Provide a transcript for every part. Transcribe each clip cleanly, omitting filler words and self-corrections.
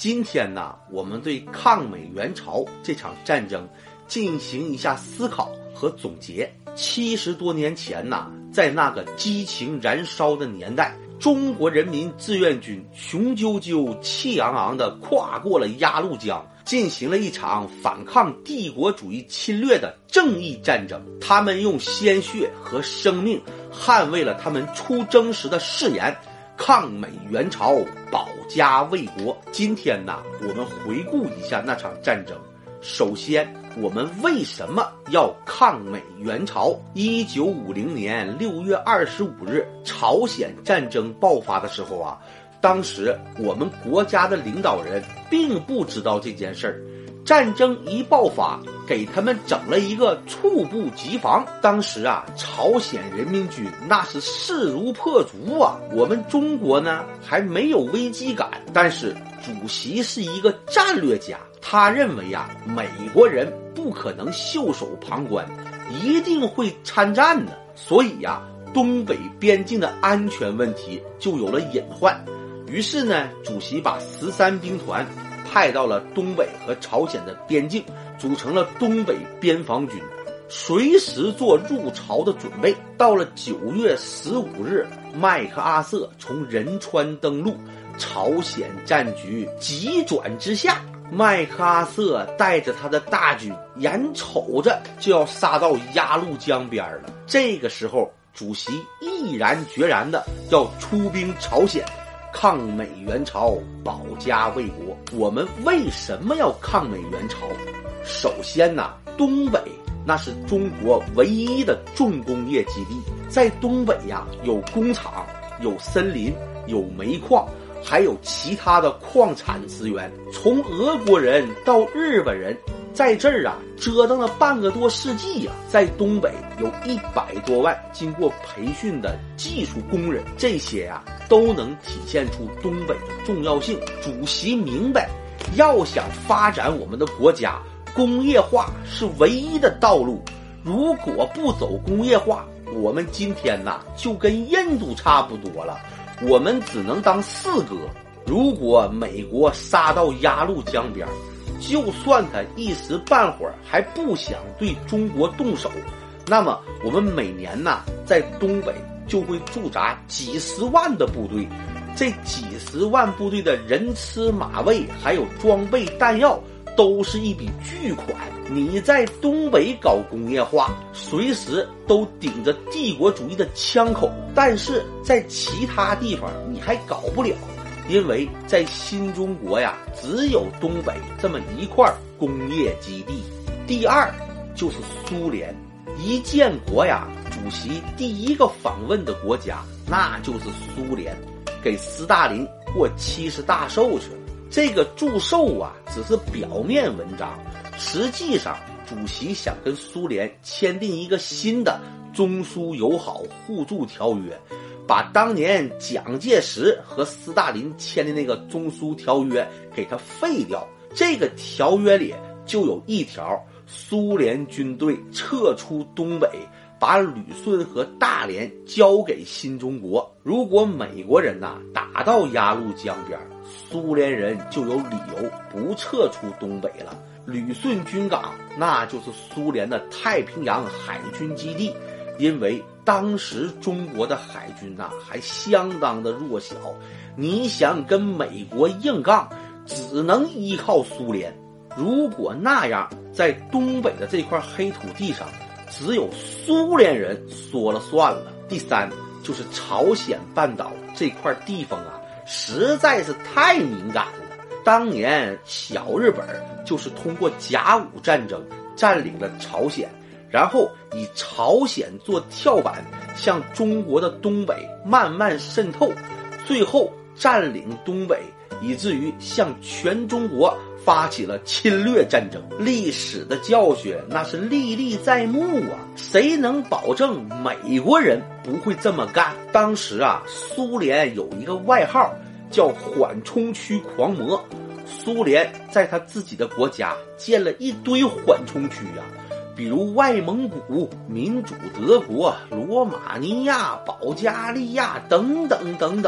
今天呢，我们对抗美援朝这场战争进行一下思考和总结。70多年前呢，在那个激情燃烧的年代，中国人民志愿军雄赳赳气昂昂地跨过了鸭绿江，进行了一场反抗帝国主义侵略的正义战争。他们用鲜血和生命捍卫了他们出征时的誓言，抗美援朝，保家卫国。今天呢，我们回顾一下那场战争。首先，我们为什么要抗美援朝？1950年6月25日，朝鲜战争爆发的时候啊，当时我们国家的领导人并不知道这件事儿。战争一爆发，给他们整了一个猝不及防。当时啊，朝鲜人民军那是势如破竹啊。我们中国呢还没有危机感，但是主席是一个战略家，他认为啊，美国人不可能袖手旁观，一定会参战的。所以啊，东北边境的安全问题就有了隐患。于是呢，主席把13兵团派到了东北和朝鲜的边境，组成了东北边防军，随时做入朝的准备。到了9月15日，麦克阿瑟从仁川登陆，朝鲜战局急转直下。麦克阿瑟带着他的大军，眼瞅着就要杀到鸭绿江边了。这个时候，主席毅然决然的要出兵朝鲜，抗美援朝，保家卫国。我们为什么要抗美援朝？首先呢，东北那是中国唯一的重工业基地，在东北呀，有工厂，有森林，有煤矿，还有其他的矿产资源。从俄国人到日本人在这儿啊折腾了半个多世纪啊，在东北有100多万经过培训的技术工人，这些啊都能体现出东北的重要性。主席明白，要想发展我们的国家，工业化是唯一的道路。如果不走工业化，我们今天呐就跟印度差不多了，我们只能当四哥。如果美国杀到鸭绿江边，就算他一时半会儿还不想对中国动手，那么我们每年呐在东北就会驻扎几十万的部队，这几十万部队的人吃马喂，还有装备弹药，都是一笔巨款。你在东北搞工业化，随时都顶着帝国主义的枪口，但是在其他地方你还搞不了，因为在新中国呀，只有东北这么一块工业基地。第二就是苏联。一建国呀，主席第一个访问的国家那就是苏联，给斯大林过70大寿去了。这个祝寿啊只是表面文章，实际上主席想跟苏联签订一个新的中苏友好互助条约，把当年蒋介石和斯大林签的那个中苏条约给它废掉。这个条约里就有一条，苏联军队撤出东北，把旅顺和大连交给新中国。如果美国人打到鸭绿江边，苏联人就有理由不撤出东北了。旅顺军港那就是苏联的太平洋海军基地，因为当时中国的海军还相当的弱小，你想跟美国硬杠，只能依靠苏联。如果那样，在东北的这块黑土地上，只有苏联人说了算了。第三就是朝鲜半岛这块地方实在是太敏感了。当年小日本就是通过甲午战争占领了朝鲜，然后以朝鲜做跳板，向中国的东北慢慢渗透，最后占领东北，以至于向全中国发起了侵略战争。历史的教训那是历历在目啊，谁能保证美国人不会这么干？当时苏联有一个外号叫缓冲区狂魔，苏联在他自己的国家建了一堆缓冲区比如外蒙古、民主德国、罗马尼亚、保加利亚等等等等。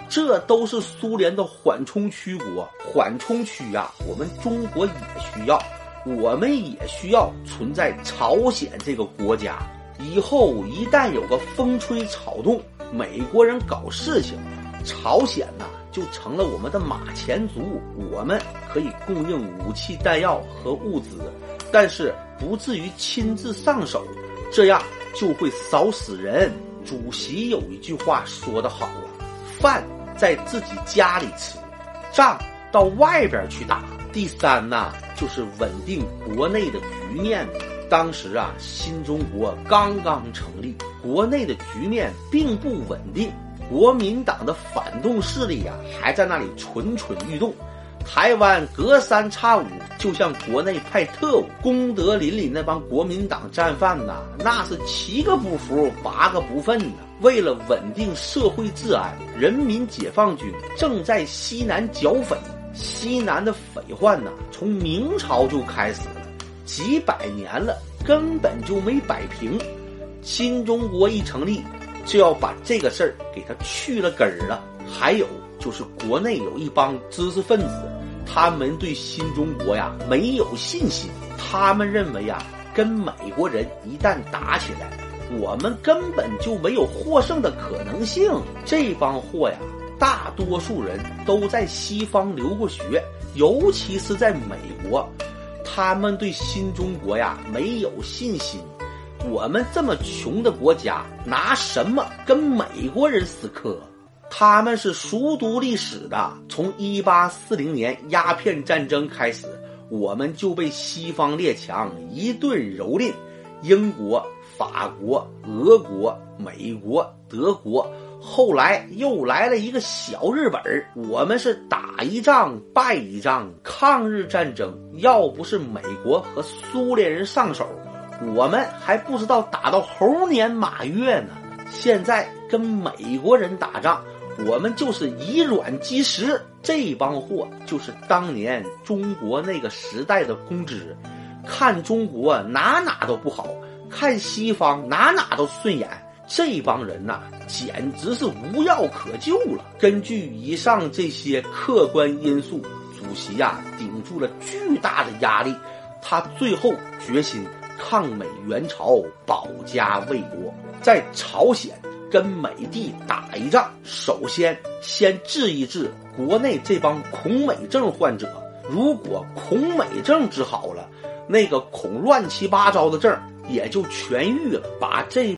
这都是苏联的缓冲区国，缓冲区呀，我们中国也需要，我们也需要存在朝鲜这个国家。以后一旦有个风吹草动，美国人搞事情，朝鲜呐就成了我们的马前卒，我们可以供应武器弹药和物资，但是不至于亲自上手，这样就会少死人。主席有一句话说得好啊，饭在自己家里吃，仗到外边去打。第三呢，就是稳定国内的局面。当时啊，新中国刚刚成立，国内的局面并不稳定，国民党的反动势力啊还在那里蠢蠢欲动。台湾隔三差五就向国内派特务，功德林里那帮国民党战犯呐，那是7个不服8个不忿呐。为了稳定社会治安，人民解放军正在西南剿匪。西南的匪患呐，从明朝就开始了，几百年了，根本就没摆平。新中国一成立，就要把这个事儿给它去了根儿了。还有就是国内有一帮知识分子，他们对新中国呀没有信心，他们认为呀，跟美国人一旦打起来，我们根本就没有获胜的可能性。这帮货呀，大多数人都在西方留过学，尤其是在美国，他们对新中国呀没有信心。我们这么穷的国家，拿什么跟美国人死磕？他们是熟读历史的，从1840年鸦片战争开始，我们就被西方列强一顿蹂躏。英国、法国、俄国、美国、德国，后来又来了一个小日本，我们是打一仗败一仗。抗日战争要不是美国和苏联人上手，我们还不知道打到猴年马月呢。现在跟美国人打仗，我们就是以卵击石。这帮货就是当年中国那个时代的公知，看中国哪哪都不好，看西方哪哪都顺眼。这帮人呐，简直是无药可救了。根据以上这些客观因素，主席呀顶住了巨大的压力，他最后决心抗美援朝，保家卫国。在朝鲜跟美帝打一仗，首先治一治国内这帮恐美症患者。如果恐美症治好了，那个恐乱七八糟的症也就痊愈了。把这